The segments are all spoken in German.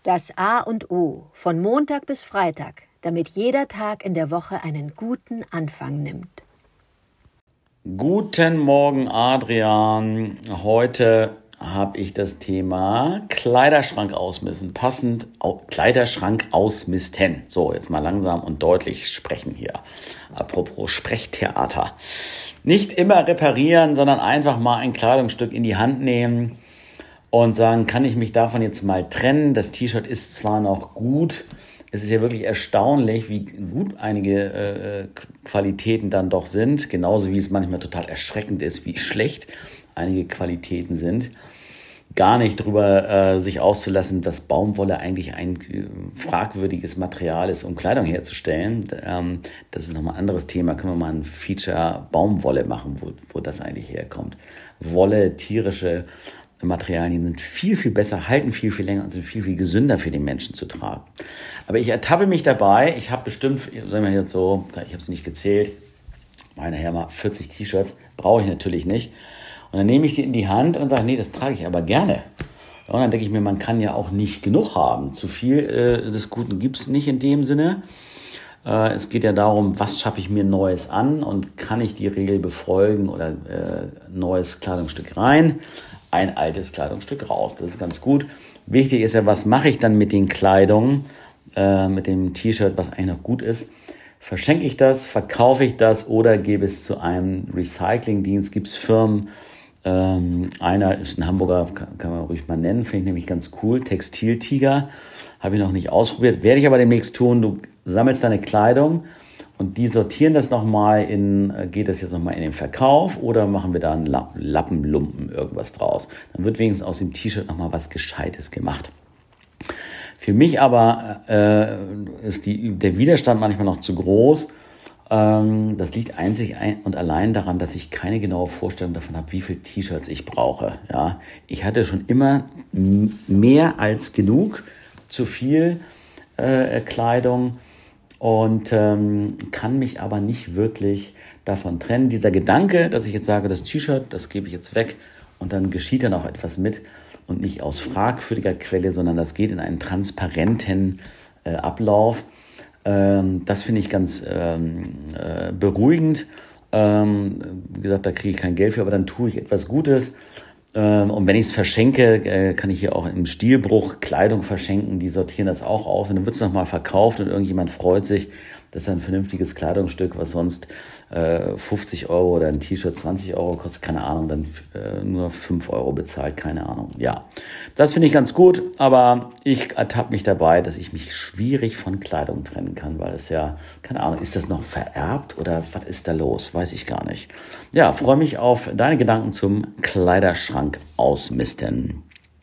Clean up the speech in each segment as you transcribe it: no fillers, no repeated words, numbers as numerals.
Das A und O von Montag bis Freitag, damit jeder Tag in der Woche einen guten Anfang nimmt. Guten Morgen, Adrian. Heute habe ich das Thema Kleiderschrank ausmisten. Kleiderschrank ausmisten. So, jetzt mal langsam und deutlich sprechen hier. Apropos Sprechtheater. Nicht immer reparieren, sondern einfach mal ein Kleidungsstück in die Hand nehmen und sagen, kann ich mich davon jetzt mal trennen? Das T-Shirt ist zwar noch gut, es ist ja wirklich erstaunlich, wie gut einige Qualitäten dann doch sind, genauso wie es manchmal total erschreckend ist, wie schlecht einige Qualitäten sind. Gar nicht drüber sich auszulassen, dass Baumwolle eigentlich ein fragwürdiges Material ist, um Kleidung herzustellen. Das ist nochmal ein anderes Thema. Können wir mal ein Feature Baumwolle machen, wo das eigentlich herkommt. Wolle, tierische Materialien sind viel, viel besser, halten viel, viel länger und sind viel, viel gesünder für den Menschen zu tragen. Aber ich ertappe mich dabei. Ich habe bestimmt, sagen wir jetzt so, ich habe es nicht gezählt, meine Herren, 40 T-Shirts brauche ich natürlich nicht. Und dann nehme ich die in die Hand und sage, nee, das trage ich aber gerne. Und dann denke ich mir, man kann ja auch nicht genug haben. Zu viel des Guten gibt es nicht in dem Sinne. Es geht ja darum, was schaffe ich mir Neues an und kann ich die Regel befolgen oder neues Kleidungsstück rein, ein altes Kleidungsstück raus. Das ist ganz gut. Wichtig ist ja, was mache ich dann mit den Kleidungen, mit dem T-Shirt, was eigentlich noch gut ist. Verschenke ich das, verkaufe ich das oder gebe es zu einem Recyclingdienst? Gibt es Firmen, einer ist ein Hamburger, kann man ruhig mal nennen, finde ich nämlich ganz cool, Textiltiger, habe ich noch nicht ausprobiert, werde ich aber demnächst tun. Du sammelst deine Kleidung und die sortieren das nochmal geht das jetzt nochmal in den Verkauf oder machen wir da einen Lappenlumpen irgendwas draus? Dann wird wenigstens aus dem T-Shirt nochmal was Gescheites gemacht. Für mich aber ist der Widerstand manchmal noch zu groß. Das liegt einzig und allein daran, dass ich keine genaue Vorstellung davon habe, wie viele T-Shirts ich brauche. Ja, ich hatte schon immer mehr als genug, zu viel Kleidung und kann mich aber nicht wirklich davon trennen. Dieser Gedanke, dass ich jetzt sage, das T-Shirt, das gebe ich jetzt weg und dann geschieht dann auch etwas mit und nicht aus fragwürdiger Quelle, sondern das geht in einen transparenten Ablauf. Das finde ich ganz beruhigend. Wie gesagt, da kriege ich kein Geld für, aber dann tue ich etwas Gutes. Und wenn ich es verschenke, kann ich hier auch im Stilbruch Kleidung verschenken. Die sortieren das auch aus und dann wird es nochmal verkauft und irgendjemand freut sich, dass er ein vernünftiges Kleidungsstück, was sonst 50 Euro oder ein T-Shirt 20 Euro kostet, keine Ahnung, dann nur 5 Euro bezahlt, keine Ahnung. Ja, das finde ich ganz gut, aber ich ertappe mich dabei, dass ich mich schwierig von Kleidung trennen kann, weil es ja, keine Ahnung, ist das noch vererbt oder was ist da los? Weiß ich gar nicht. Ja, freue mich auf deine Gedanken zum Kleiderschrank ausmisten.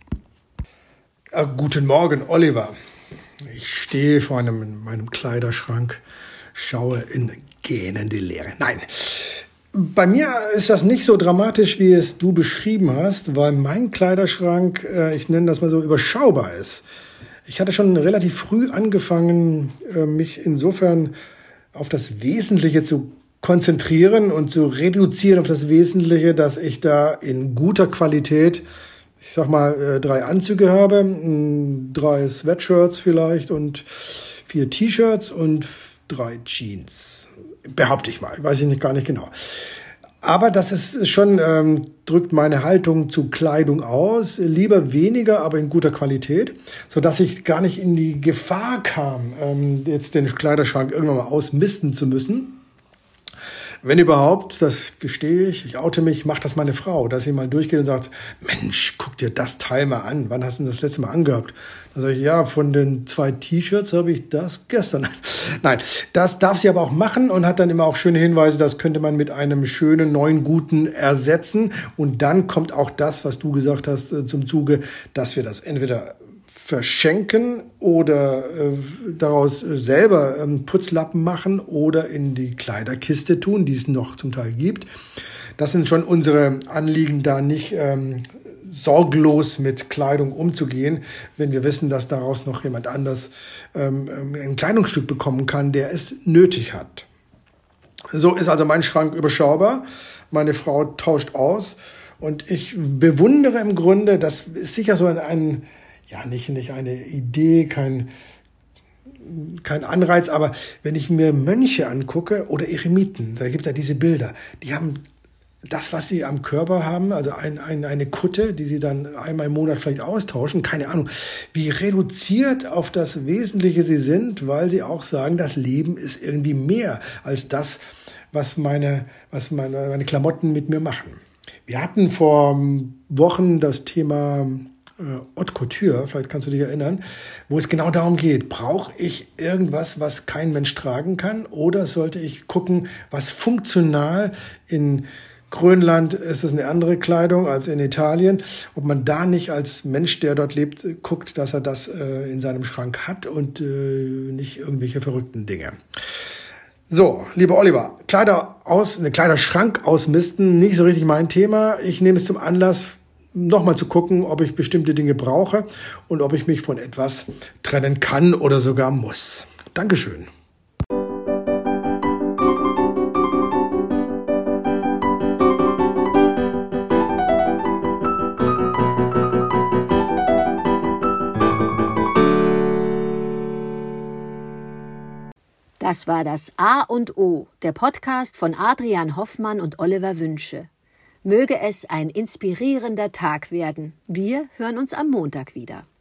Guten Morgen, Oliver. Ich stehe vor meinem Kleiderschrank, schaue in gähnende Leere. Nein, bei mir ist das nicht so dramatisch, wie es du beschrieben hast, weil mein Kleiderschrank, ich nenne das mal so, überschaubar ist. Ich hatte schon relativ früh angefangen, mich insofern auf das Wesentliche zu konzentrieren und zu reduzieren auf das Wesentliche, dass ich da in guter Qualität, ich sag mal, 3 Anzüge habe, 3 Sweatshirts vielleicht und 4 T-Shirts und 3 Jeans. Behaupte ich mal, weiß ich nicht, gar nicht genau. Aber das ist schon, drückt meine Haltung zu Kleidung aus. Lieber weniger, aber in guter Qualität, sodass ich gar nicht in die Gefahr kam, jetzt den Kleiderschrank irgendwann mal ausmisten zu müssen. Wenn überhaupt, das gestehe ich oute mich, macht das meine Frau, dass sie mal durchgeht und sagt, Mensch, guck dir das Teil mal an, wann hast du das letzte Mal angehabt? Dann sage ich, ja, von den 2 T-Shirts habe ich das gestern. Nein, das darf sie aber auch machen und hat dann immer auch schöne Hinweise, das könnte man mit einem schönen, neuen, guten ersetzen. Und dann kommt auch das, was du gesagt hast, zum Zuge, dass wir das entweder verschenken oder daraus selber Putzlappen machen oder in die Kleiderkiste tun, die es noch zum Teil gibt. Das sind schon unsere Anliegen, da nicht sorglos mit Kleidung umzugehen, wenn wir wissen, dass daraus noch jemand anders ein Kleidungsstück bekommen kann, der es nötig hat. So ist also mein Schrank überschaubar. Meine Frau tauscht aus und ich bewundere im Grunde, das ist sicher so ein nicht eine Idee, kein Anreiz, aber wenn ich mir Mönche angucke oder Eremiten, da gibt es ja diese Bilder, die haben das, was sie am Körper haben, also eine Kutte, die sie dann einmal im Monat vielleicht austauschen, keine Ahnung, wie reduziert auf das Wesentliche sie sind, weil sie auch sagen, das Leben ist irgendwie mehr als das, was meine Klamotten mit mir machen. Wir hatten vor Wochen das Thema Haute Couture, vielleicht kannst du dich erinnern, wo es genau darum geht, brauche ich irgendwas, was kein Mensch tragen kann, oder sollte ich gucken, was funktional in Grönland ist es eine andere Kleidung als in Italien, ob man da nicht als Mensch, der dort lebt, guckt, dass er das in seinem Schrank hat und nicht irgendwelche verrückten Dinge. So, lieber Oliver, Kleiderschrank ausmisten, nicht so richtig mein Thema. Ich nehme es zum Anlass, nochmal zu gucken, ob ich bestimmte Dinge brauche und ob ich mich von etwas trennen kann oder sogar muss. Dankeschön. Das war das A und O, der Podcast von Adrian Hoffmann und Oliver Wünsche. Möge es ein inspirierender Tag werden. Wir hören uns am Montag wieder.